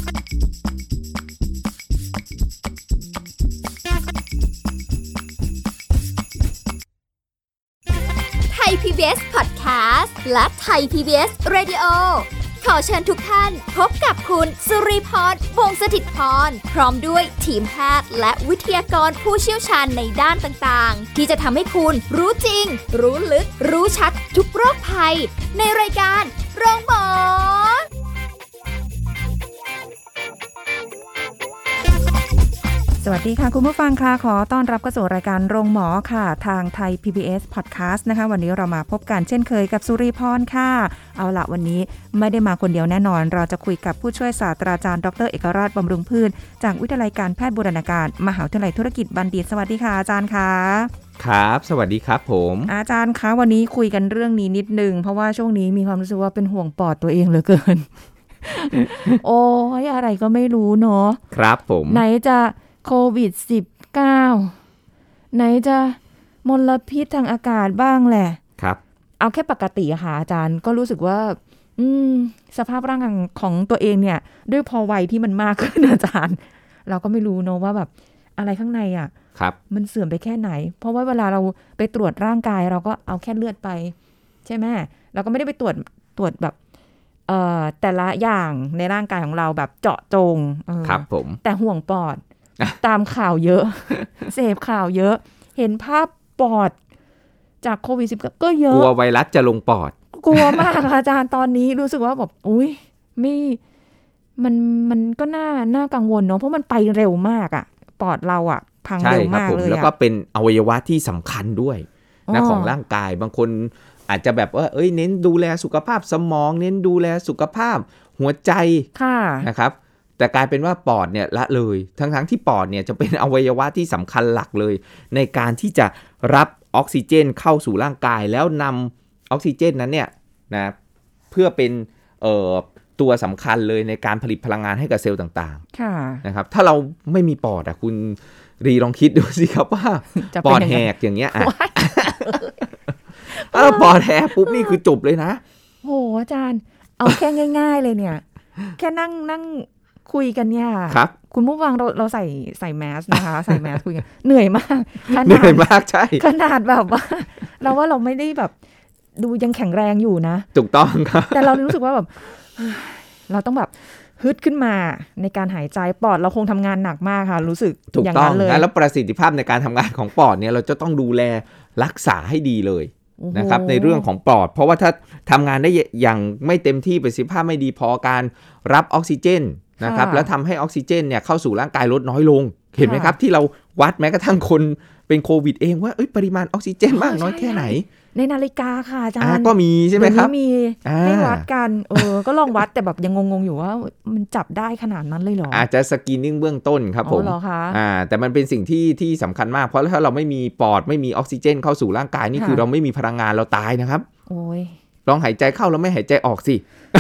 ไทย PBS Podcast และไทย PBS Radio ขอเชิญทุกท่านพบกับคุณสุริพร วงศ์สถิตย์พรพร้อมด้วยทีมแพทย์และวิทยากรผู้เชี่ยวชาญในด้านต่างๆที่จะทำให้คุณรู้จริงรู้ลึกรู้ชัดทุกโรคภัยในรายการโรงพยาบาลสวัสดีค่ะคุณผู้ฟังค่ะขอต้อนรับเข้าสู่รายการโรงหมอค่ะทางไทย PBS Podcast นะคะวันนี้เรามาพบกันเช่นเคยกับสุริพรค่ะเอาละวันนี้ไม่ได้มาคนเดียวแน่นอนเราจะคุยกับผู้ช่วยศาสตราจารย์ดร.เอกราชบำรุงพืชจากวิทยาลัยการแพทย์บูรณาการมหาวิทยาลัยธุรกิจบัณฑิตสวัสดีค่ะอาจารย์ค่ะครับสวัสดีครับผมอาจารย์คะวันนี้คุยกันเรื่องนี้นิดนึงเพราะว่าช่วงนี้มีความรู้สึกว่าเป็นห่วงปอดตัวเองเหลือเกิน โอ้ยอะไรก็ไม่รู้เนาะครับผมไหนจะโควิด-19 ไหนจะมลพิษทางอากาศบ้างแหละครับเอาแค่ปกติค่ะอาจารย์ก็รู้สึกว่าสภาพร่างกายของตัวเองเนี่ยด้วยพอวัยที่มันมากขึ้นอาจารย์เราก็ไม่รู้เนาะว่าแบบอะไรข้างในอ่ะครับมันเสื่อมไปแค่ไหนเพราะว่าเวลาเราไปตรวจร่างกายเราก็เอาแค่เลือดไปใช่ไหมเราก็ไม่ได้ไปตรวจแบบแต่ละอย่างในร่างกายของเราแบบเจาะจงครับผมแต่ห่วงปอดตามข่าวเยอะ เสพข่าวเยอะเห็นภาพปอดจากโควิด-19 ก็เยอะกลัวไวรัสจะลงปอดกลัวมากอาจารย์ตอนนี้รู้สึกว่าแบบอุ๊ยไม่มันก็น่ากังวลเนาะเพราะมันไปเร็วมากอ่ะปอดเราอ่ะพังเร็วมากเลยแล้วก็เป็นอวัยวะที่สำคัญด้วยนะของร่างกายบางคนอาจจะแบบว่าเน้นดูแลสุขภาพสมองเน้นดูแลสุขภาพหัวใจนะครับแต่กลายเป็นว่าปอดเนี่ยละเลยทั้งที่ปอดเนี่ยจะเป็นอวัยวะที่สำคัญหลักเลยในการที่จะรับออกซิเจนเข้าสู่ร่างกายแล้วนำออกซิเจนนั้นเนี่ยนะเพื่อเป็นตัวสำคัญเลยในการผลิตพลังงานให้กับเซลล์ต่างๆนะครับถ้าเราไม่มีปอดอ่ะคุณรีลองคิดดูสิครับว่าปอดแหกอย่างเงี้ยถ้าปอดแหกปุ๊บนี่คือจบเลยนะโหอาจารย์เอาแค่ง่ายๆเลยเนี่ยแค่นั่งคุยกันเนี่ยครับคุณผู้ฟังเราใส่แมสนะคะใส่แมสคุยกันเหนื่อยมากเหนื่อยมากใช่ขนาดแบบว่าเราไม่ได้แบบดูยังแข็งแรงอยู่นะถูกต้องครับแต่เรารู้สึกว่าแบบเราต้องแบบฮึดขึ้นมาในการหายใจปอดเราคงทำงานหนักมากค่ะรู้สึกอย่างนั้นเลยแล้วประสิทธิภาพในการทำงานของปอดเนี่ยเราจะต้องดูแลรักษาให้ดีเลยนะครับในเรื่องของปอดเพราะว่าถ้าทำงานได้อย่างไม่เต็มที่ประสิทธิภาพไม่ดีพอการรับออกซิเจนนะครับแล้วทำให้ออกซิเจนเนี่ยเข้าสู่ร่างกายลดน้อยลงเห็นไหมครับที่เราวัดแม้กระทั่งคนเป็นโควิดเองว่าปริมาณออกซิเจนมากน้อยแค่ไหนในนาฬิกาค่ะอาจารย์ก็มีใช่ไหมครับมีให้วัดกันก็ลองวัดแต่แบบยังงงๆอยู่ว่ามันจับได้ขนาดนั้นเลยเหรออาจจะสกรีนนิ่งเบื้องต้นครับผมแต่มันเป็นสิ่งที่สำคัญมากเพราะถ้าเราไม่มีปอดไม่มีออกซิเจนเข้าสู่ร่างกายนี่คือเราไม่มีพลังงานเราตายนะครับโอ้ยลองหายใจเข้าแล้วไม่หายใจออกสิ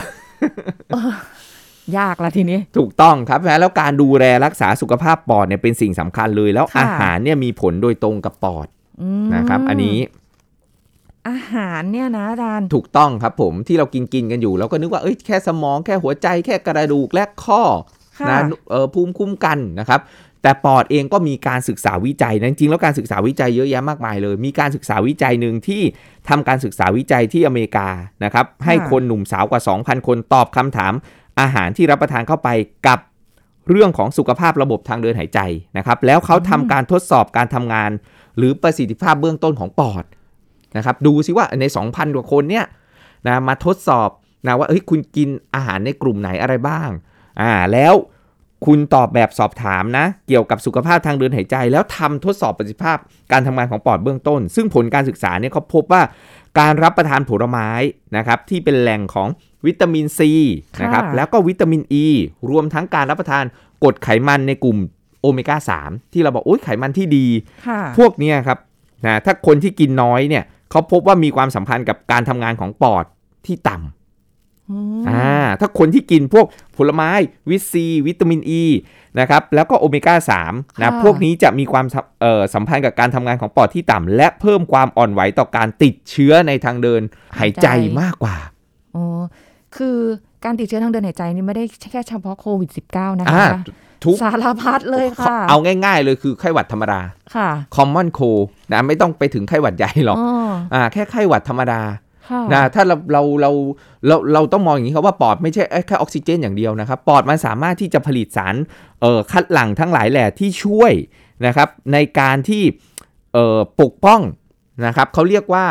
ยากละทีนี้ถูกต้องครับแล้วการดูแลรักษาสุขภาพปอดเนี่ยเป็นสิ่งสำคัญเลยแล้วอาหารเนี่ยมีผลโดยตรงกับปอดนะครับอันนี้อาหารเนี่ยนะอาจารย์ถูกต้องครับผมที่เรากินกันอยู่แล้วก็นึกว่าแค่สมองแค่หัวใจแค่กระดูกและข้อนะภูมิคุ้มกันนะครับแต่ปอดเองก็มีการศึกษาวิจัยนะจริงๆแล้วการศึกษาวิจัยเยอะแยะมากมายเลยมีการศึกษาวิจัยนึงที่ทำการศึกษาวิจัยที่อเมริกานะครับให้คนหนุ่มสาวกว่า 2,000 คนตอบคำถามอาหารที่รับประทานเข้าไปกับเรื่องของสุขภาพระบบทางเดินหายใจนะครับแล้วเขาทำการทดสอบการทำงานหรือประสิทธิภาพเบื้องต้นของปอดนะครับดูซิว่าใน 2,000 กว่าคนเนี่ยนะมาทดสอบนะว่าคุณกินอาหารในกลุ่มไหนอะไรบ้างแล้วคุณตอบแบบสอบถามนะเกี่ยวกับสุขภาพทางเดินหายใจแล้วทำทดสอบประสิทธิภาพการทำงานของปอดเบื้องต้นซึ่งผลการศึกษาเนี่ยเขาพบว่าการรับประทานผลไม้นะครับที่เป็นแหล่งของวิตามินซีนะครับแล้วก็วิตามินอีรวมทั้งการรับประทานกรดไขมันในกลุ่มโอเมก้า3ที่เราบอกไขมันที่ดีพวกนี้ครับนะถ้าคนที่กินน้อยเนี่ยเขาพบว่ามีความสัมพันธ์กับการทำงานของปอดที่ต่ำถ้าคนที่กินพวกผลไม้วิตซีวิตามินอีนะครับแล้วก็โอเมก้า3นะพวกนี้จะมีความสัมพันธ์กับการทำงานของปอดที่ต่ำและเพิ่มความอ่อนไหวต่อการติดเชื้อในทางเดินหายใจมากกว่าคือการติดเชื้อทางเดินหายใจนี่ไม่ได้แค่เฉพาะโควิด -19 นะคะทุกสารพัดเลยค่ะเอาง่ายๆเลยคือไข้หวัดธรรมดาค่ะ common cold นะไม่ต้องไปถึงไข้หวัดใหญ่หรอกแค่ไข้หวัดธรรมดานะถ้าเราต้องมองอย่างนี้ครับว่าปอดไม่ใช่แค่ออกซิเจนอย่างเดียวนะครับปอดมันสามารถที่จะผลิตสารคัดหลั่งทั้งหลายแหล่ที่ช่วยนะครับในการที่ปกป้องนะครับเขาเรียกว่า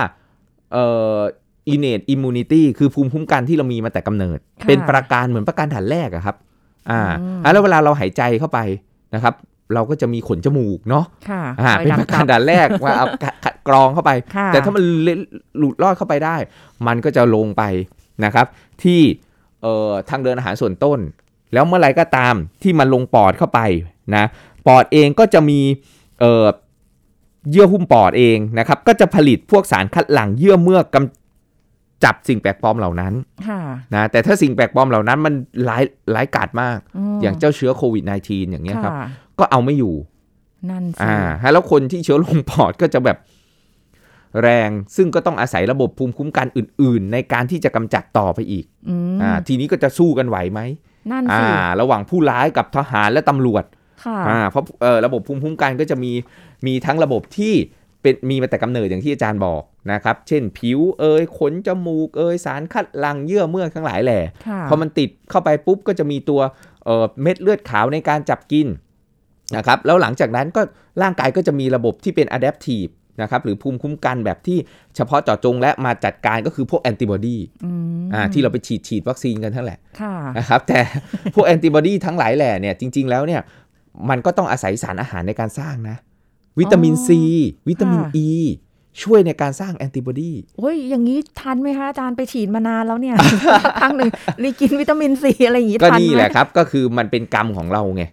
innate immunity คือภูมิคุ้มกันที่เรามีมาแต่กำเนิดเป็นประการเหมือนประการฐานแรกอะครับแล้วเวลาเราหายใจเข้าไปนะครับเราก็จะมีขนจมูกเนาะเป็นประการฐานแรกว่าเอากรองเข้าไปแต่ถ้ามันหลุดรอดเข้าไปได้มันก็จะลงไปนะครับที่ทางเดินอาหารส่วนต้นแล้วเมื่อไหร่ก็ตามที่มันลงปอดเข้าไปนะปอดเองก็จะมีเยื่อหุ้มปอดเองนะครับก็จะผลิตพวกสารคัดหลั่งเยื่อเมือกกำจับสิ่งแปลกปลอมเหล่านั้นนะแต่ถ้าสิ่งแปลกปลอมเหล่านั้นมันร้ายกาจมากอย่างเจ้าเชื้อโควิด -19 อย่างเงี้ยครับก็เอาไม่อยู่นั่นสิแล้วคนที่เชื้อลงปอดก็จะแบบแรงซึ่งก็ต้องอาศัยระบบภูมิคุ้มกันอื่นๆในการที่จะกำจัดต่อไปอีกทีนี้ก็จะสู้กันไหวไหมนั่นสิระหว่างผู้ร้ายกับทหารและตำรวจเพราะระบบภูมิคุ้มกันก็จะมีทั้งระบบที่มีมาแต่กำเนิดอย่างที่อาจารย์บอกนะครับเช่นผิวขนจมูกสารคัดหลั่งเยื่อเมือกทั้งหลายแหล่พอมันติดเข้าไปปุ๊บก็จะมีตัวเม็ดเลือดขาวในการจับกินนะครับแล้วหลังจากนั้นก็ร่างกายก็จะมีระบบที่เป็น adaptive นะครับหรือภูมิคุ้มกันแบบที่เฉพาะเจาะจงและมาจัดการก็คือพวกแอนติบอดีที่เราไปฉีดวัคซีนกันทั้งแหละนะครับแต่พวกแอนติบอดีทั้งหลายแหล่เนี่ยจริงๆแล้วเนี่ยมันก็ต้องอาศัยสารอาหารในการสร้างนะวิตามินซีวิตามินอีช่วยในการสร้างแอนติบอดีโอ้ยอย่างนี้ทันไหมคะอาจารย์ไปฉีดมานานแล้วเนี่ย ครั้งหนึ่งรีกินวิตามินซีอะไรอย่างนี้ทันไหมก็นี่แหละครับก็คือมันเป็นกรรมของเราไง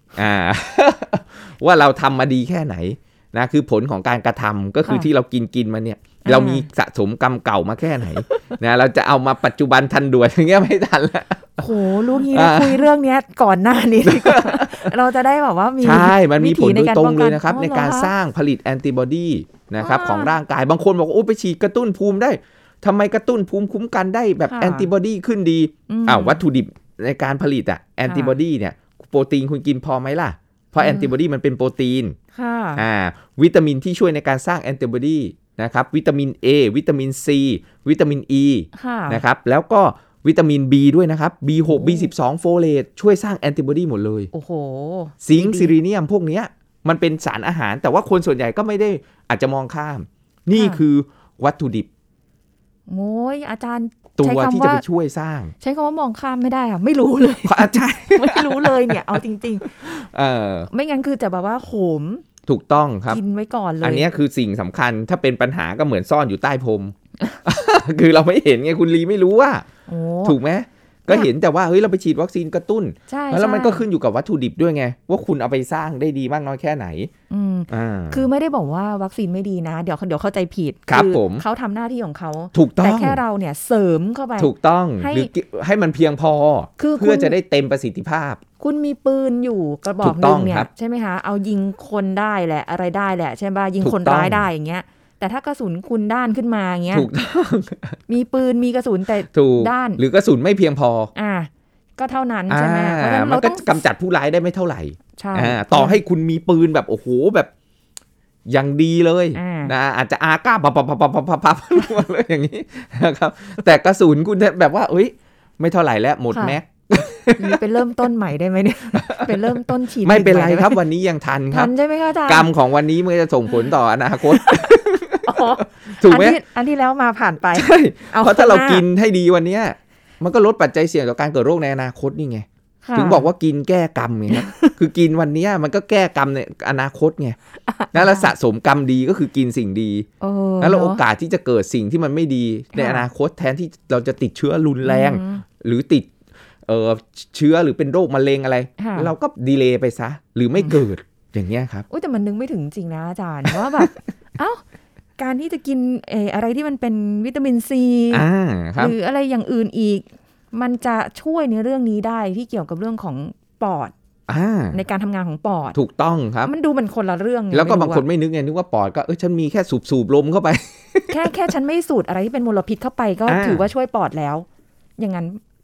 ว่าเราทำมาดีแค่ไหนนะคือผลของการกระทำก็คือที่เรากินมาเนี่ยเรามีสะสมกรรมเก่ามาแค่ไหนนะเราจะเอามาปัจจุบันทันด่วนอย่างเงี้ยไม่ทันแล้วโอ้รู้งี้นะคุยเรื่องนี้ก่อนหน้านี้เราจะได้แบบว่ามีใช่มันมีผลโดยตรงเลยนะครับในการสร้างผลิตแอนติบอดีนะครับของร่างกายบางคนบอกว่าโอ้ไปฉีดกระตุ้นภูมิได้ทำไมกระตุ้นภูมิคุ้มกันได้แบบแอนติบอดีขึ้นดีวัตถุดิบในการผลิตแอนติบอดีเนี่ยโปรตีนคุณกินพอไหมล่ะเพราะแอนติบอดีมันเป็นโปรตีนวิตามินที่ช่วยในการสร้างแอนติบอดีนะครับวิตามิน A วิตามิน C วิตามิน E นะครับแล้วก็วิตามิน B ด้วยนะครับ B6 B12 โฟเลตช่วยสร้างแอนติบอดีหมดเลยโอ้โหซิงค์ซิลิเนียมพวกนี้มันเป็นสารอาหารแต่ว่าคนส่วนใหญ่ก็ไม่ได้อาจจะมองข้ามนี่คือวัตถุดิบโอ้ยอาจารย์ตัวที่จะไปช่วยสร้างใช้คำว่ามองข้ามไม่ได้ค่ะไม่รู้เลยอาจารย์ไม่รู้เลยเนี่ยเอาจริงๆไม่งั้นคือจะแบบว่าโหมถูกต้องครับกินไว้ก่อนเลยอันนี้คือสิ่งสำคัญถ้าเป็นปัญหาก็เหมือนซ่อนอยู่ใต้พรม คือเราไม่เห็นไงคุณลีไม่รู้ว่าถูกไหมก็เห็นแต่ว่าเฮ้ยเราไปฉีดวัคซีนกระตุ้นแล้วมันก็ขึ้นอยู่กับวัตถุดิบด้วยไงว่าคุณเอาไปสร้างได้ดีมากน้อยแค่ไหนคือไม่ได้บอกว่าวัคซีนไม่ดีนะเดี๋ยวเข้าใจผิดคือเขาทำหน้าที่ของเขาถูกต้องแต่แค่เราเนี่ยเสริมเข้าไปถูกต้องหรือให้มันเพียงพอเพื่อจะได้เต็มประสิทธิภาพคุณมีปืนอยู่กระบอกนึงเนี่ยใช่ไหมคะเอายิงคนได้แหละอะไรได้แหละใช่ป่ะยิงคนร้ายได้อย่างเงี้ยแต่ถ้ากระสุนคุณด้านขึ้นมาอย่างเงี้ยถูกต้องมีปืนมีกระสุนแต่ด้านหรือกระสุนไม่เพียงพอก็เท่านั้นใช่ไหมมันก็กำจัดผู้ร้ายได้ไม่เท่าไหร่ต่อให้คุณมีปืนแบบโอ้โหแบบอย่างดีเลยนะอาจจะอาก้าปับเลยอย่างนี้นะครับแต่กระสุนคุณแบบว่าเอ้ยไม่เท่าไหร่แล้วหมดแม็กมีเป็นเริ่มต้นใหม่ได้ไหมเนี่ยเป็นเริ่มต้นฉีดไม่เป็นไรครับวันนี้ยังทันครับทันใช่ไหมคะอาจารย์กรรมของวันนี้มันจะส่งผลต่ออนาคตถูกไหมอันที่แล้วมาผ่านไปใช่เพราะถ้าเรากินให้ดีวันนี้มันก็ลดปัจจัยเสี่ยงต่อการเกิดโรคในอนาคตนี่ไงถึงบอกว่ากินแก้กรรมไงครับคือกินวันนี้มันก็แก้กรรมในอนาคตไงแล้วสะสมกรรมดีก็คือกินสิ่งดีแล้วโอกาสที่จะเกิดสิ่งที่มันไม่ดีในอนาคตแทนที่เราจะติดเชื้อรุนแรงหรือติดเชื้อหรือเป็นโรคมะเร็งอะไรเราก็ดีเลย์ไปซะหรือไม่เกิดอย่างเงี้ยครับแต่มันนึกไม่ถึงจริงนะอาจารย์ว่าแบบเอ้าการที่จะกินอะไรที่มันเป็นวิตามินซีหรืออะไรอย่างอื่นอีกมันจะช่วยในเรื่องนี้ได้ที่เกี่ยวกับเรื่องของปอดในการทำงานของปอดถูกต้องครับมันดูมันคนละเรื่องแล้วก็บางคนไม่นึกไงนึกว่าปอดก็ฉันมีแค่สูบลมเข้าไปแค่ฉันไม่สูดอะไรที่เป็นมลพิษเข้าไปก็ถือว่าช่วยปอดแล้วอย่างนั้น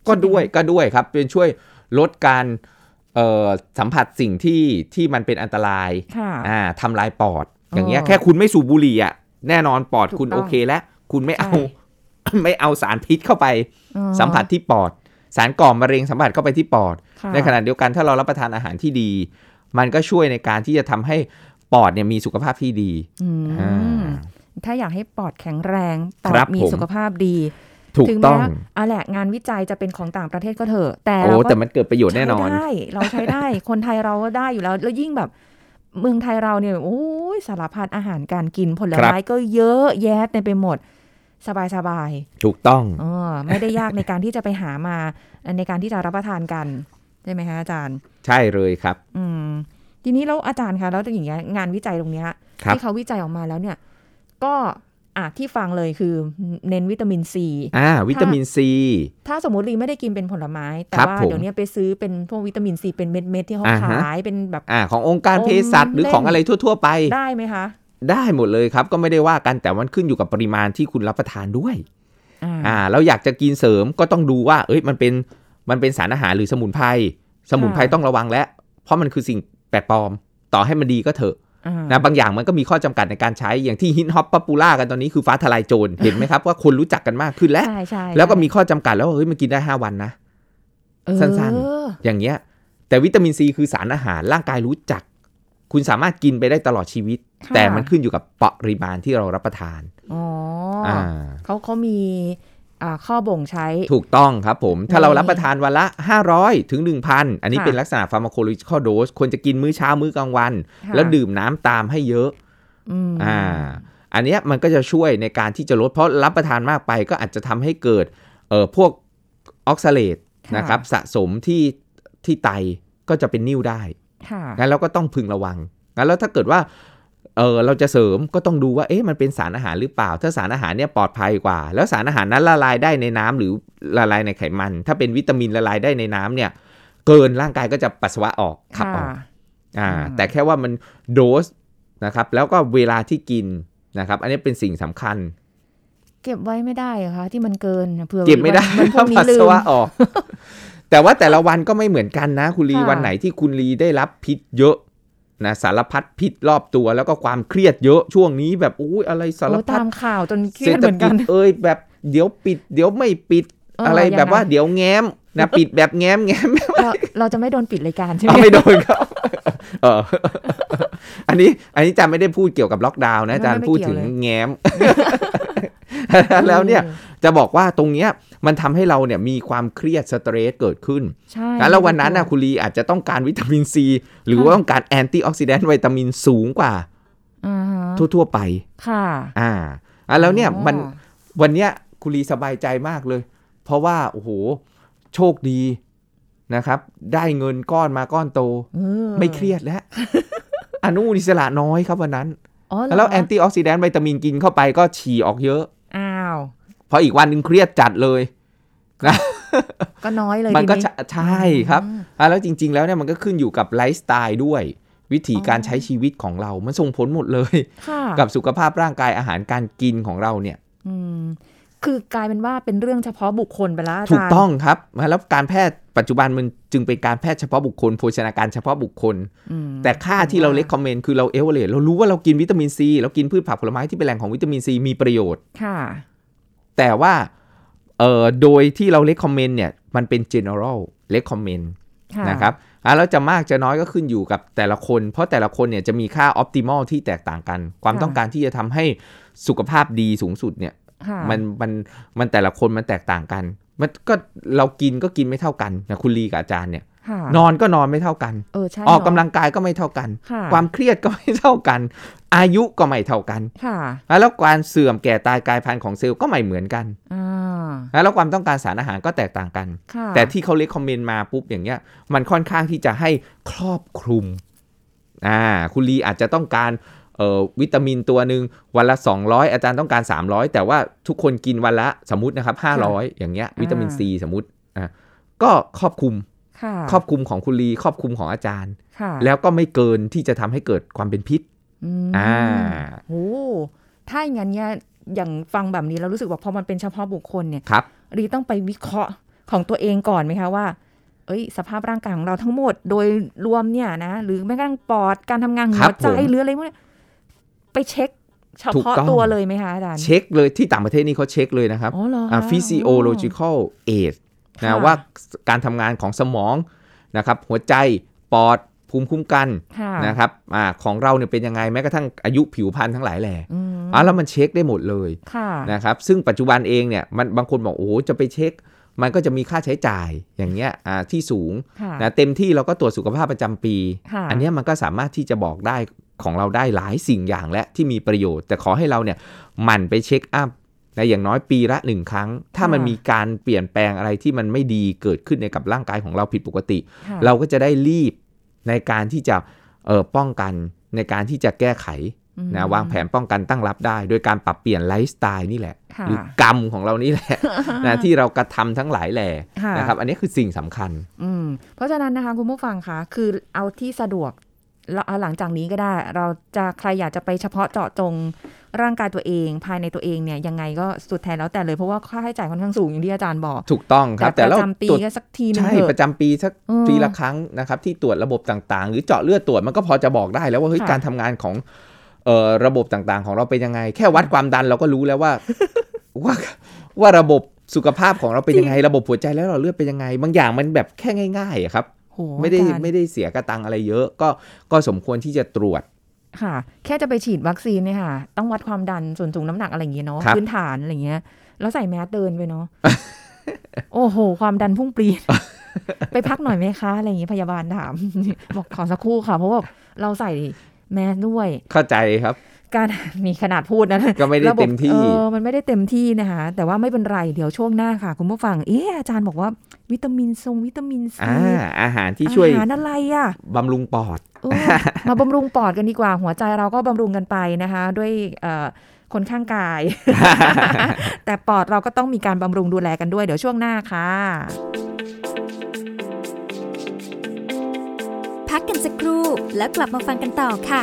ก็ด้วยครับเป็นช่วยลดการสัมผัสสิ่งที่มันเป็นอันตรายทำลายปอดอย่างเงี้ยแค่คุณไม่สูบบุหรี่อ่ะแน่นอนปอดคุณโอเคแล้วคุณไม่เอาสารพิษเข้าไปสัมผัสที่ปอดสารก่อมะเร็งสัมผัสเข้าไปที่ปอดในขณะเดียวกันถ้าเรารับประทานอาหารที่ดีมันก็ช่วยในการที่จะทำให้ปอดเนี่ยมีสุขภาพที่ดีถ้าอยากให้ปอดแข็งแรงปอดมีสุขภาพดีถูกต้องแหละงานวิจัยจะเป็นของต่างประเทศก็เถอะแต่มันเกิดประโยชน์แน่นอนเราใช้ได้ คนไทยเราก็ได้อยู่แล้วยิ่งแบบเมืองไทยเราเนี่ยโอ้ยสารพัดอาหารการกินผลไม้ก็เยอะแยะเต็มไปหมดสบายถูกต้องไม่ได้ยากในการที่จะไปหามาในการที่จะรับประทานกันใช่ไหมคะอาจารย์ใช่เลยครับทีนี้แล้วอาจารย์คะแล้วอย่างเงี้ยงานวิจัยตรงเนี้ยที่เขาวิจัยออกมาแล้วเนี่ยก็ที่ฟังเลยคือเน้นวิตามินซีวิตามินซีถ้าสมมติลีไม่ได้กินเป็นผลไม้แต่ว่าเดี๋ยวนี้ไปซื้อเป็นพวกวิตามินซีเป็นเม็ดๆที่เขาขายเป็นแบบขององค์การเภสัชหรือของอะไรทั่วๆไปได้ไหมคะได้หมดเลยครับก็ไม่ได้ว่ากันแต่มันขึ้นอยู่กับปริมาณที่คุณรับประทานด้วยแล้วอยากจะกินเสริมก็ต้องดูว่ามันเป็นสารอาหารหรือสมุนไพรต้องระวังแล้วเพราะมันคือสิ่งแปลกปลอมต่อให้มันดีก็เถอะนะบางอย่างมันก็มีข้อจำกัดในการใช้อย่างที่ฮิตฮอปป๊อปปูล่ากันตอนนี้คือฟ้าทลายโจรเห็นไหมครับว่าคนรู้จักกันมากขึ้นแล้วก็มีข้อจำกัดแล้วว่ามันกินได้5วันนะสั้นๆอย่างเงี้ยแต่วิตามินซีคือสารอาหารร่างกายรู้จักคุณสามารถกินไปได้ตลอดชีวิตแต่มันขึ้นอยู่กับปริมาณที่เรารับประทานเขามีข้อบ่งใช้ถูกต้องครับผมถ้าเรารับประทานวันละ500ถึง 1,000 อันนี้เป็นลักษณะ pharmacological dose ควรจะกินมื้อเช้ามื้อกลางวันแล้วดื่มน้ำตามให้เยอะอันนี้มันก็จะช่วยในการที่จะลดเพราะรับประทานมากไปก็อาจจะทำให้เกิดพวกออกซาเลตนะครับสะสมที่ไตก็จะเป็นนิ่วได้งั้นเราก็ต้องพึงระวังงั้นแล้วถ้าเกิดว่าเราจะเสริมก็ต้องดูว่ามันเป็นสารอาหารหรือเปล่าถ้าสารอาหารเนี่ยปลอดภัยกว่าแล้วสารอาหารนั้นละลายได้ในน้ำหรือละลายในไขมันถ้าเป็นวิตามินละลายได้ในน้ำเนี่ยเกินร่างกายก็จะปัสสาวะออกขับออกแต่แค่ว่ามันโดสนะครับแล้วก็เวลาที่กินนะครับอันนี้เป็นสิ่งสำคัญเก็บไว้ไม่ได้เหรอคะที่มันเกินเผื่อเก็บไม่ได้เพราะปัสสาวะออก แต่ว่าแต่ละวันก็ไม่เหมือนกันนะคุณลีวันไหนที่คุณลีได้รับพิษเยอะนะสารพัดพิษรอบตัวแล้วก็ความเครียดเยอะช่วงนี้แบบอะไรสารพัดตามข่าวจนเครียดเหมือนกันแบบเดี๋ยวปิดเดี๋ยวไม่ปิดอะไรแบบว่าเดี๋ยวแง้มนะปิดแบบแง้มเราจะไม่โดนปิดรายการใช่ไหมไม่โดนครับอันนี้อาจารย์ไม่ได้พูดเกี่ยวกับล็อกดาวน์นะอาจารย์พูดถึงแง้มแล้วเนี่ยจะบอกว่าตรงเนี้ยมันทำให้เราเนี่ยมีความเครียดสเตรสเกิดขึ้นแล้ววันนั้นนะคุณลีอาจจะต้องการวิตามินซีหรือว่าต้องการแอนตี้ออกซิแดนต์วิตามินสูงกว่าทั่วๆไปค่ะแล้วเนี่ยมันวันเนี้ยคุณลีสบายใจมากเลยเพราะว่าโอ้โหโชคดีนะครับได้เงินก้อนมาก้อนโตไม่เครียดแล้วอนุมูลอิสระน้อยครับวันนั้นแล้วแอนตี้ออกซิแดนต์วิตามินกินเข้าไปก็ฉี่ออกเยอะพออีกวันนึงเครียดจัดเลยนะก็น้อยเลยมันก็ใช่ครับแล้วจริงๆแล้วเนี่ยมันก็ขึ้นอยู่กับไลฟ์สไตล์ด้วยวิธีการใช้ชีวิตของเรามันส่งผลหมดเลยกับสุขภาพร่างกายอาหารการกินของเราเนี่ยคือกลายเป็นว่าเป็นเรื่องเฉพาะบุคคลไปแล้วอาจารย์ถูกต้องครับแล้วการแพทย์ปัจจุบันมันจึงเป็นการแพทย์เฉพาะบุคคลโภชนาการเฉพาะบุคคลแต่ค่าที่เราเรคคอมเมนต์คือเราเอเวอเรสต์เรารู้ว่าเรากินวิตามินซีเรากินพืชผักผลไม้ที่เป็นแหล่งของวิตามินซีมีประโยชน์ค่ะแต่ว่าโดยที่เรา recommend เนี่ยมันเป็น general recommend นะครับแล้วจะมากจะน้อยก็ขึ้นอยู่กับแต่ละคนเพราะแต่ละคนเนี่ยจะมีค่า optimal ที่แตกต่างกันความต้องการที่จะทำให้สุขภาพดีสูงสุดเนี่ยมันแต่ละคนมันแตกต่างกันมันก็เรากินก็กินไม่เท่ากันนะคุณลีกับอาจารย์เนี่ยนอนก็นอนไม่เท่ากันออกกำลังกายก็ไม่เท่ากันความเครียดก็ไม่เท่ากันอายุก็ไม่เท่ากันแล้วการเสื่อมแก่ตายกลายพันธุ์ของเซลล์ก็ไม่เหมือนกันแล้วความต้องการสารอาหารก็แตกต่างกันแต่ที่เขาเรคคอมเมนต์มาปุ๊บอย่างเงี้ยมันค่อนข้างที่จะให้ครอบคลุมคุณลีอาจจะต้องการวิตามินตัวนึงวันละ200อาจารย์ต้องการ300แต่ว่าทุกคนกินวันละสมมุตินะครับ500อย่างเงี้ยวิตามินซีสมมุติก็ครอบคลุมของคุณลีครอบคลุมของอาจารย์แล้วก็ไม่เกินที่จะทำให้เกิดความเป็นพิษโอ้ถ้าอย่างนั้นเนี่ยอย่างฟังแบบนี้เรารู้สึกว่าพอมันเป็นเฉพาะบุคคลเนี่ยรีต้องไปวิเคราะห์ของตัวเองก่อนไหมคะว่าสภาพร่างกายของเราทั้งหมดโดยรวมเนี่ยนะหรือแม้กระทั่งปอดการทำงานหัวใจหรืออะไรพวกนี้ไปเช็คเฉพาะตัวเลยไหมคะอาจารย์เช็คเลยที่ต่างประเทศนี่เขาเช็คเลยนะครับphysiological age นะว่าการทำงานของสมองนะครับหัวใจปอดภูมิคุ้มกันนะครับของเราเนี่ยเป็นยังไงแม้กระทั่งอายุผิวพรรณทั้งหลายแหล่แล้วมันเช็คได้หมดเลยนะครับซึ่งปัจจุบันเองเนี่ยมันบางคนบอกโอ้โหจะไปเช็คมันก็จะมีค่าใช้จ่ายอย่างเงี้ยที่สูงนะเต็มที่เราก็ตรวจสุขภาพประจำปีอันนี้มันก็สามารถที่จะบอกได้ของเราได้หลายสิ่งอย่างและที่มีประโยชน์แต่ขอให้เราเนี่ยหมั่นไปเช็คอัพในอย่างน้อยปีละ1ครั้งถ้ามันมีการเปลี่ยนแปลงอะไรที่มันไม่ดีเกิดขึ้นในกับร่างกายของเราผิดปกติเราก็จะได้รีบในการที่จะป้องกันในการที่จะแก้ไขนะวางแผนป้องกันตั้งรับได้โดยการปรับเปลี่ยนไลฟ์สไตล์นี่แหละหรือกรรมของเรานี่แหละนะที่เรากระทำทั้งหลายแหล่นะครับอันนี้คือสิ่งสำคัญเพราะฉะนั้นนะคะคุณผู้ฟังคะคือเอาที่สะดวกหลังจากนี้ก็ได้เราจะใครอยากจะไปเฉพาะเจาะจงร่างกายตัวเองภายในตัวเองเนี่ยยังไงก็สุดแทนแล้วแต่เลยเพราะว่าค่าใช้จ่ายค่อนข้างสูงอย่างที่อาจารย์บอกถูกต้องครับแต่ประจำปีก็สักทีนึงใช่ประจำปีสักปีละครั้งนะครับที่ตรวจระบบต่างๆหรือเจาะเลือดตรวจมันก็พอจะบอกได้แล้วว่าเฮ้ยการทำงานของระบบต่างๆของเราเป็นยังไงแค่วัดความดันเราก็รู้แล้วว่าระบบสุขภาพของเราเป็นยังไงระบบหัวใจแล้วเราเลือดเป็นยังไงบางอย่างมันแบบแค่ง่ายๆครับไม่ได้เสียกระตังอะไรเยอะก็สมควรที่จะตรวจค่ะแค่จะไปฉีดวัคซีนเนี่ยค่ะต้องวัดความดันส่วนสูงน้ำหนักอะไรอย่างเงี้ยเนาะพื้นฐานอะไรเงี้ยแล้วใส่แมสเดินไปเนาะ โอ้โหความดันพุ่งปรี๊ด ไปพักหน่อยไหมคะอะไรอย่างเงี้ยพยาบาลถาม บอกขอสักครู่ค่ะเพราะว่าเราใส่แมสด้วยเข้าใจครับการมีขนาดพูดนะก็ไม่ได้เต็มที่มันไม่ได้เต็มที่นะคะแต่ว่าไม่เป็นไรเดี๋ยวช่วงหน้าค่ะคุณผู้ฟังอาจารย์บอกว่าวิตามินซีอาหารที่ช่วยอาหารอะไรบำรุงปอดมาบำรุงปอดกันดีกว่าหัวใจเราก็บำรุงกันไปนะคะด้วยคนข้างกาย แต่ปอดเราก็ต้องมีการบำรุงดูแลกันด้วยเดี๋ยวช่วงหน้าค่ะพักกันสักครู่แล้วกลับมาฟังกันต่อค่ะ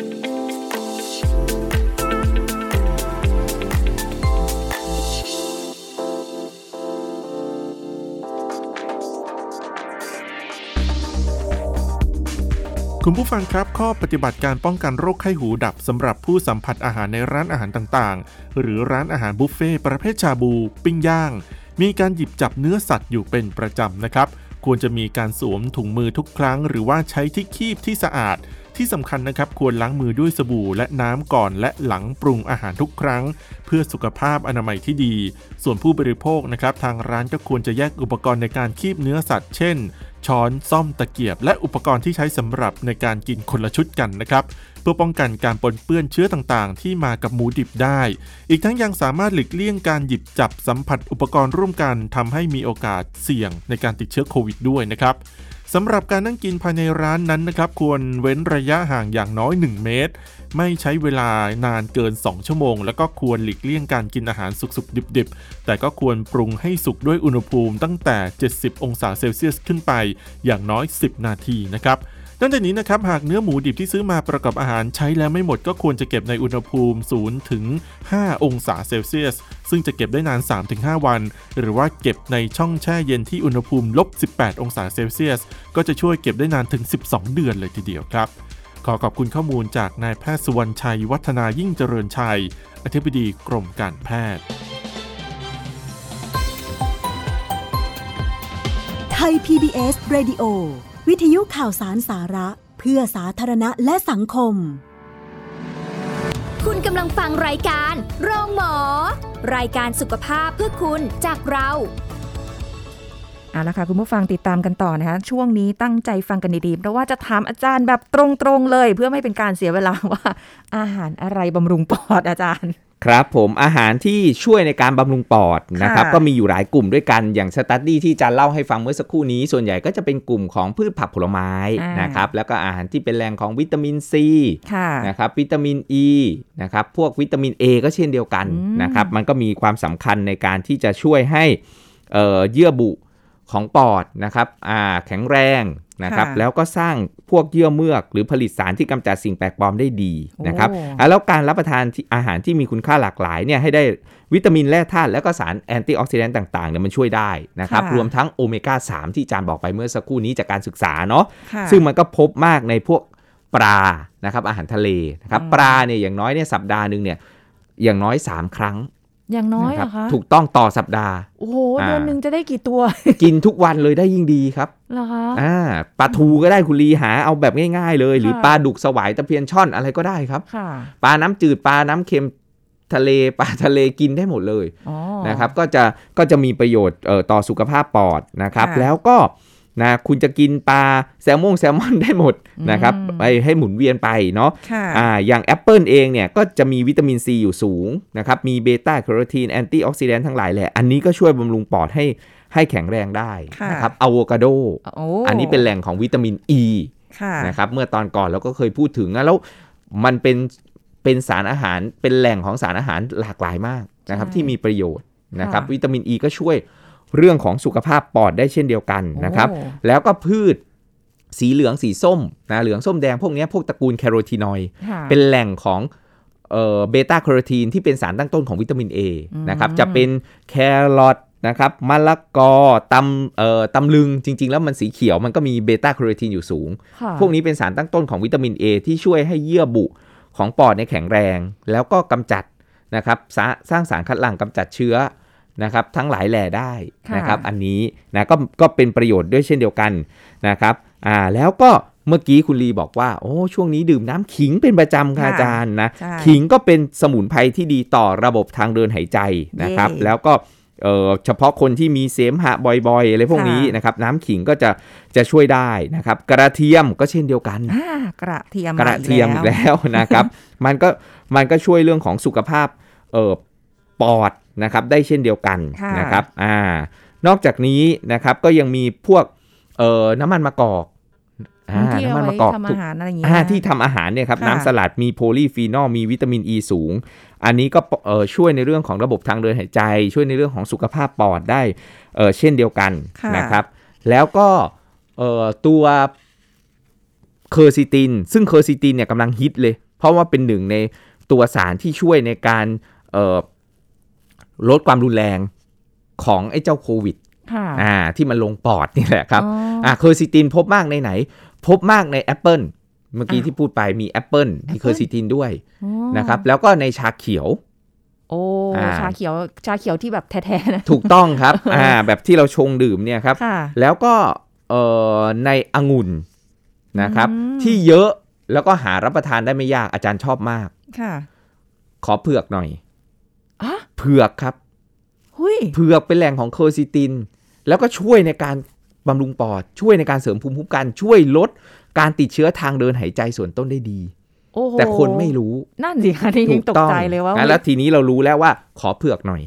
คุณผู้ฟังครับข้อปฏิบัติการป้องกันโรคไข้หูดับสำหรับผู้สัมผัสอาหารในร้านอาหารต่างๆหรือร้านอาหารบุฟเฟ่ประเภทชาบูปิ้งย่างมีการหยิบจับเนื้อสัตว์อยู่เป็นประจำนะครับควรจะมีการสวมถุงมือทุกครั้งหรือว่าใช้ที่คีบที่สะอาดที่สำคัญนะครับควรล้างมือด้วยสบู่และน้ำก่อนและหลังปรุงอาหารทุกครั้งเพื่อสุขภาพอนามัยที่ดีส่วนผู้บริโภคนะครับทางร้านก็ควรจะแยกอุปกรณ์ในการคีบเนื้อสัตว์เช่นช้อนซ่อมตะเกียบและอุปกรณ์ที่ใช้สำหรับในการกินคนละชุดกันนะครับเพื่อป้องกันการปนเปื้อนเชื้อต่างๆที่มากับหมูดิบได้อีกทั้งยังสามารถหลีกเลี่ยงการหยิบจับสัมผัสอุปกรณ์ร่วมกันทำให้มีโอกาสเสี่ยงในการติดเชื้อโควิดด้วยนะครับสำหรับการนั่งกินภายในร้านนั้นนะครับควรเว้นระยะห่างอย่างน้อย1เมตรไม่ใช้เวลานานเกิน2ชั่วโมงแล้วก็ควรหลีกเลี่ยงการกินอาหารสุกๆดิบๆแต่ก็ควรปรุงให้สุกด้วยอุณหภูมิตั้งแต่70องศาเซลเซียสขึ้นไปอย่างน้อย10นาทีนะครับนอกจากนี้นะครับหากเนื้อหมูดิบที่ซื้อมาประกอบอาหารใช้แล้วไม่หมดก็ควรจะเก็บในอุณหภูมิ0ถึง5องศาเซลเซียสซึ่งจะเก็บได้นาน 3-5 วันหรือว่าเก็บในช่องแช่เย็นที่อุณหภูมิ-18องศาเซลเซียสก็จะช่วยเก็บได้นานถึง12เดือนเลยทีเดียวครับขอขอบคุณข้อมูลจากนายแพทย์สุวรรณชัยวัฒนายิ่งเจริญชัยอธิบดีกรมการแพทย์ไทย PBS Radioวิทยุข่าวสารสาระเพื่อสาธารณะและสังคมคุณกำลังฟังรายการโรงหมอรายการสุขภาพเพื่อคุณจากเราเอาละค่ะคุณผู้ฟังติดตามกันต่อนะคะช่วงนี้ตั้งใจฟังกันดีๆเพราะว่าจะถามอาจารย์แบบตรงๆเลยเพื่อไม่เป็นการเสียเวลาว่าอาหารอะไรบำรุงปอดอาจารย์ครับผมอาหารที่ช่วยในการบำรุงปอดนะครับก็มีอยู่หลายกลุ่มด้วยกันอย่างสตั๊ดดี้ที่จะเล่าให้ฟังเมื่อสักครู่นี้ส่วนใหญ่ก็จะเป็นกลุ่มของพืชผักผลไม้นะครับแล้วก็อาหารที่เป็นแหล่งของวิตามินซีนะครับวิตามินอีนะครับพวกวิตามิน A ก็เช่นเดียวกันนะครับมันก็มีความสำคัญในการที่จะช่วยให้เยื่อบุของปอดนะครับแข็งแรงนะครับแล้วก็สร้างพวกเยื่อเมือกหรือผลิตสารที่กำจัดสิ่งแปลกปลอมได้ดีนะครับแล้วการรับประทานอาหารที่มีคุณค่าหลากหลายเนี่ยให้ได้วิตามินแร่ธาตุและก็สารแอนตี้ออกซิแดนต์ต่างๆเนี่ยมันช่วยได้นะครับรวมทั้งโอเมก้า3ที่อาจารย์บอกไปเมื่อสักครู่นี้จากการศึกษาเนาะซึ่งมันก็พบมากในพวกปลานะครับอาหารทะเลนะครับปลาเนี่ยอย่างน้อยเนี่ยสัปดาห์นึงเนี่ยอย่างน้อย3ครั้งอย่างน้อยเหรอคะถูกต้องต่อสัปดาห์โอ้โหเดือนนึงจะได้กี่ตัวกินทุกวันเลยได้ยิ่งดีครับเหรอคะปลาทูก็ได้คุณลีหาเอาแบบง่ายๆเลยหรือปลาดุกสวายตะเพียนช่อนอะไรก็ได้ครับปลาน้ำจืดปลาน้ำเค็มทะเลปลาทะเลกินได้หมดเลยนะครับก็จะมีประโยชน์ต่อสุขภาพปอดนะครับแล้วก็นะคุณจะกินปลาแซลมอนได้หมดนะครับไปให้หมุนเวียนไปเนาะอย่างแอปเปิลเองเนี่ยก็จะมีวิตามินซีอยู่สูงนะครับมีเบต้าแคโรทีนแอนตี้ออกซิแดนต์ทั้งหลายแหละอันนี้ก็ช่วยบำรุงปอดให้แข็งแรงได้นะครับอะโวคาโดอันนี้เป็นแหล่งของวิตามินอีนะครับเมื่อตอนก่อนเราก็เคยพูดถึงแล้วมันเป็นสารอาหารเป็นแหล่งของสารอาหารหลากหลายมากนะครับที่มีประโยชน์นะครับวิตามินอีก็ช่วยเรื่องของสุขภาพปอดได้เช่นเดียวกันนะครับแล้วก็พืชสีเหลืองสีส้มนะเหลืองส้มแดงพวกนี้พวกตระกูลแคโรทีนอยด์เป็นแหล่งของเบต้าแคโรทีนที่เป็นสารตั้งต้นของวิตามิน A นะครับจะเป็นแครอทนะครับมะละกอตำลึงจริงๆแล้วมันสีเขียวมันก็มีเบต้าแคโรทีนอยู่สูงพวกนี้เป็นสารตั้งต้นของวิตามิน A ที่ช่วยให้เยื่อบุของปอดในแข็งแรงแล้วก็กำจัดนะครับสร้างสารคัดหลั่งกำจัดเชื้อนะครับทั้งหลายแหล่ได้นะครับอันนี้นะก็เป็นประโยชน์ด้วยเช่นเดียวกันนะครับแล้วก็เมื่อกี้คุณลีบอกว่าโอ้ช่วงนี้ดื่มน้ำขิงเป็นประจำค่ะอาจารย์นะขิงก็เป็นสมุนไพรที่ดีต่อระบบทางเดินหายใจนะครับแล้วก็เฉพาะคนที่มีเสมหะบ่อยๆอะไรพวกนี้นะครับน้ำขิงก็จะช่วยได้นะครับกระเทียมก็เช่นเดียวกันกระเทียมอีกแล้วนะครับมันก็ช่วยเรื่องของสุขภาพปอดนะครับได้เช่นเดียวกันนะครับนอกจากนี้นะครับก็ยังมีพวกน้ำมันมะกอกน้ำมันมะกอกทำอาหารอะไรอย่างเงี้ยที่ทำอาหารเนี่ยครับน้ำสลัดมีโพลีฟีนอลมีวิตามิน E สูงอันนี้ก็ช่วยในเรื่องของระบบทางเดินหายใจช่วยในเรื่องของสุขภาพปอดได้เช่นเดียวกันนะครับแล้วก็ตัวเคอร์ซิตินซึ่งเคอร์ซิตินเนี่ยกำลังฮิตเลยเพราะว่าเป็นหนึ่งในตัวสารที่ช่วยในการลดความรุนแรงของไอ้เจ้าโควิดที่มันลงปอดนี่แหละครับเคอร์ซิตินพบมากในไหนพบมากในแอปเปิลเมื่อกี้ที่พูดไปมีแอปเปิลมีเคอร์ซิตินด้วยนะครับแล้วก็ในชาเขียวชาเขียวที่แบบแท้ๆนะถูกต้องครับแบบที่เราชงดื่มเนี่ยครับแล้วก็ในองุ่นนะครับที่เยอะแล้วก็หารับประทานได้ไม่ยากอาจารย์ชอบมากขอเผือกหน่อยเผือกครับเผือกเป็นแหล่งของเคอร์ซิตินแล้วก็ช่วยในการบำรุงปอดช่วยในการเสริมภูมิคุ้มกันช่วยลดการติดเชื้อทางเดินหายใจส่วนต้นได้ดีแต่คนไม่รู้นั่นสิคะที่ยังตกใจเลยว่าแล้วทีนี้เรารู้แล้วว่าขอเผือกหน่อย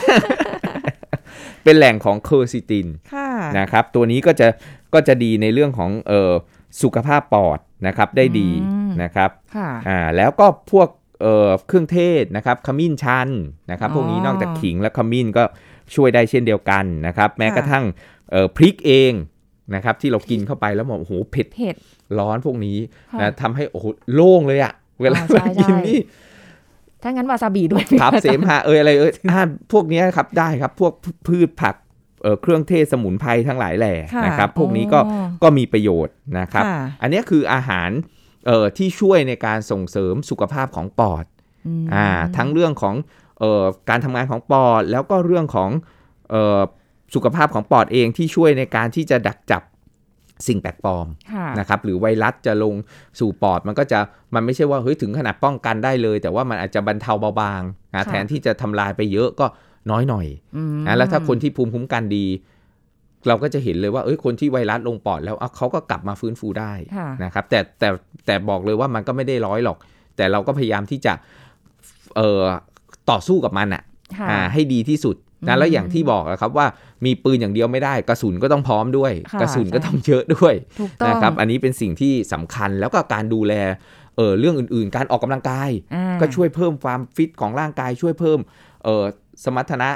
เป็นแหล่งของเคอร์ซิตินนะครับตัวนี้ก็จะดีในเรื่องของสุขภาพปอดนะครับได้ดีนะครับแล้วก็พวกเครื่องเทศนะครับขมิ้นชันนะครับพวกนี้นอกจากขิงและขมิ้นก็ช่วยได้เช่นเดียวกันนะครับแม้กระทั่งพริกเองนะครับที่เรากินเข้าไปแล้วโอ้โหเผ็ดร้อนพวกนี้นะทำให้โอ้โหโล่งเลยอะเวลากินนี่ถ้างั้นวาซาบิด้วยครับเสมหะอะไรพวกนี้ครับได้ครับพวกพืชผักเครื่องเทศสมุนไพรทั้งหลายแหล่นะครับพวกนี้ก็มีประโยชน์นะครับอันนี้คืออาหารที่ช่วยในการส่งเสริมสุขภาพของปอดทั้งเรื่องของการทำงานของปอดแล้วก็เรื่องของสุขภาพของปอดเองที่ช่วยในการที่จะดักจับสิ่งแปลกปลอมนะครับหรือไวรัสจะลงสู่ปอดมันไม่ใช่ว่าเฮ้ยถึงขนาดป้องกันได้เลยแต่ว่ามันอาจจะบรรเทาเบาบางแทนที่จะทำลายไปเยอะก็น้อยหน่อยแล้วถ้าคนที่ภูมิคุ้มกันดีเราก็จะเห็นเลยว่าคนที่ไวรัสลงปอดแล้วเขาก็กลับมาฟื้นฟูได้นะครับแต่บอกเลยว่ามันก็ไม่ได้100หรอกแต่เราก็พยายามที่จะต่อสู้กับมันให้ดีที่สุดนะแล้วอย่างที่บอกครับว่ามีปืนอย่างเดียวไม่ได้กระสุนก็ต้องพร้อมด้วยกระสุนก็ต้องเยอะด้วยนะครับอันนี้เป็นสิ่งที่สำคัญแล้วก็การดูแลเรื่องอื่นๆการออกกำลังกายก็ช่วยเพิ่มความฟิตของร่างกายช่วยเพิ่มสมรรถนะ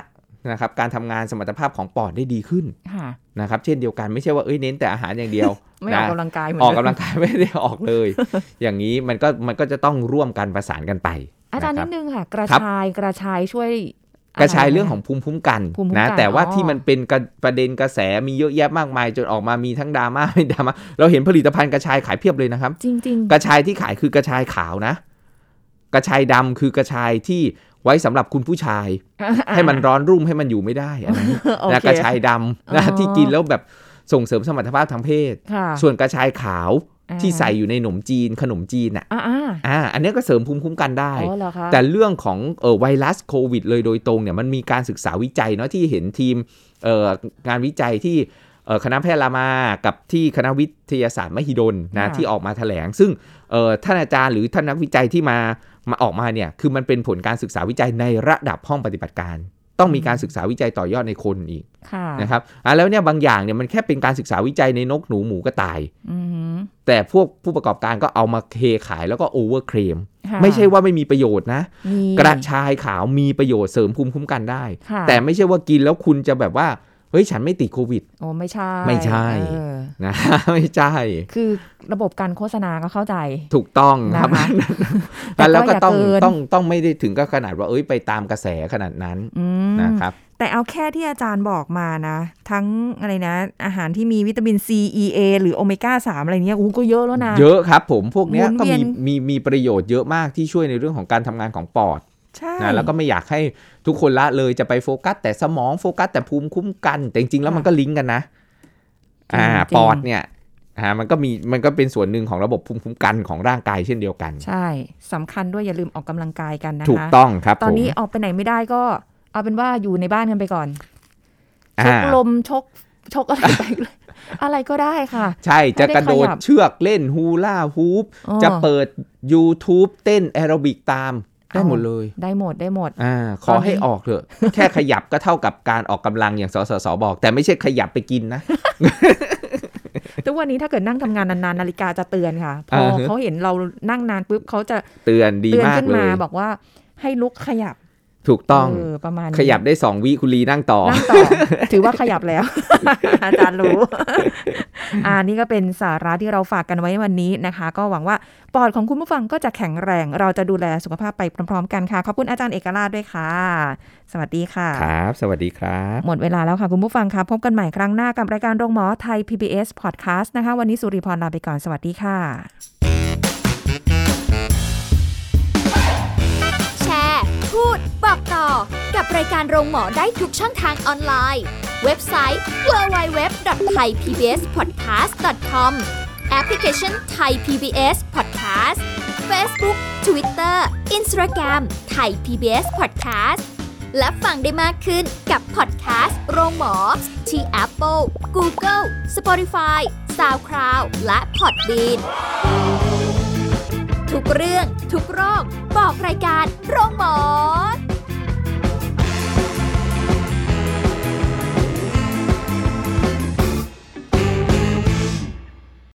นะครับการทำงานสมรรถภาพของปอดได้ดีขึ้นค่ะนะครับเช่นเดียวกันไม่ใช่ว่าเน้นแต่อาหารอย่างเดียวไม่ออกกำลังกายเหมือนออกกำลังกายไม่ได้ออกเลย อย่างนี้มันก็จะต้องร่วมกันประสานกันไปอาจารย์นิดนึงค่ะกระชายช่วยกระชายเรื่องของภูมิคุ้มกันนะแต่ว่าที่มันเป็นประเด็นกระแสมีเยอะแยะมากมายจนออกมามีทั้งดราม่าไม่ดราม่าเราเห็นผลิตภัณฑ์กระชายขายเพียบเลยนะครับจริงๆกระชายที่ขายคือกระชายขาวนะกระชายดำคือกระชายที่ไว้สำหรับคุณผู้ชายให้มันร้อนรุ่มให้มันอยู่ไม่ได้อันนี้นะกระชายดำนะที่กินแล้วแบบส่งเสริมสมรรถภาพทางเพศส่วนกระชายขาวที่ใส่อยู่ในขนมจีนอ่ะอันนี้ก็เสริมภูมิคุ้มกันได้แต่เรื่องของไวรัสโควิดเลยโดยตรงเนี่ยมันมีการศึกษาวิจัยเนาะที่เห็นทีมงานวิจัยที่คณะแพทย์รามากับที่คณะวิทยาศาสตร์มหิดลนะที่ออกมาแถลงซึ่งท่านอาจารย์หรือท่านนักวิจัยที่มาออกมาเนี่ยคือมันเป็นผลการศึกษาวิจัยในระดับห้องปฏิบัติการต้องมีการศึกษาวิจัยต่อยอดในคนอีกนะครับแล้วเนี่ยบางอย่างเนี่ยมันแค่เป็นการศึกษาวิจัยในนกหนูหมูกระต่ายแต่พวกผู้ประกอบการก็เอามาเทขายแล้วก็โอเวอร์เคลมไม่ใช่ว่าไม่มีประโยชน์นะกระชายขาวมีประโยชน์เสริมภูมิคุ้มกันได้แต่ไม่ใช่ว่ากินแล้วคุณจะแบบว่าเฮ้ยฉันไม่ติดโควิดไม่ใช่นะไม่ใช่คือระบบการโฆษณาก็เข้าใจถูกต้องครับแต่แล้วก็ต้องไม่ได้ถึงก็ขนาดว่าไปตามกระแสขนาดนั้นนะครับแต่เอาแค่ที่อาจารย์บอกมานะทั้งอะไรนะมีอาหารที่มีวิตามิน C E A หรือโอเมก้า3อะไรเงี้ยก็เยอะแล้วนะเยอะครับผมพวกนี้ก็มีประโยชน์เยอะมากที่ช่วยในเรื่องของการทำงานของปอดนะแล้วก็ไม่อยากให้ทุกคนละเลยจะไปโฟกัสแต่สมองโฟกัสแต่ภูมิคุ้มกันแต่จริงๆแล้วมันก็ลิงก์กันนะปอดเนี่ยมันก็เป็นส่วนหนึ่งของระบบภูมิคุ้มกันของร่างกายเช่นเดียวกันใช่สำคัญด้วยอย่าลืมออกกำลังกายกันนะคะถูกต้องครับตอนนี้ออกไปไหนไม่ได้ก็เอาเป็นว่าอยู่ในบ้านกันไปก่อนชกลมชกอะไรไปอะไรก็ได้ค่ะใช่จะกระโดดเชือกเล่นฮูลาฮูปจะเปิด YouTube เต้นแอโรบิกตามได้หมดเลยได้หมดขอให้ออกเถอะ แค่ขยับก็เท่ากับการออกกำลังอย่างสสบอกแต่ไม่ใช่ขยับไปกินนะทุกวันนี้ถ้าเกิดนั่งทำงานนานๆนาฬิกาจะเตือนค่ะพอเขาเห็นเรานั่งนานปุ๊บเขาจะเตือนดีมากเลยบอกว่าให้ลุกขยับถูกต้องประมาณขยับได้2 วิคุณลีนั่งต่อถือว่าขยับแล้ว อาจารย์รู้นี่ก็เป็นสาระที่เราฝากกันไว้วันนี้นะคะก็หวังว่าปอดของคุณผู้ฟังก็จะแข็งแรงเราจะดูแลสุขภาพไปพร้อมๆกันค่ะขอบคุณอาจารย์เอกราชด้วยค่ะสวัสดีค่ะครับสวัสดีครับหมดเวลาแล้วค่ะคุณผู้ฟังค่ะพบกันใหม่ครั้งหน้ากับรายการโรงหมอไทย PBS Podcast นะคะวันนี้สุริพรลาไปก่อนสวัสดีค่ะพูดบอกต่อกับรายการโรงหมอได้ทุกช่องทางออนไลน์เว็บไซต์ www.thaipbspodcast.com แอปพลิเคชัน Thai PBS Podcast Facebook Twitter Instagram Thai PBS Podcast และฟังได้มากขึ้นกับพอดแคสต์โรงหมอที่ Apple, Google, Spotify, SoundCloud และ Podbean ทุกเรื่องทุกโรคบอกรายการโรงหมอ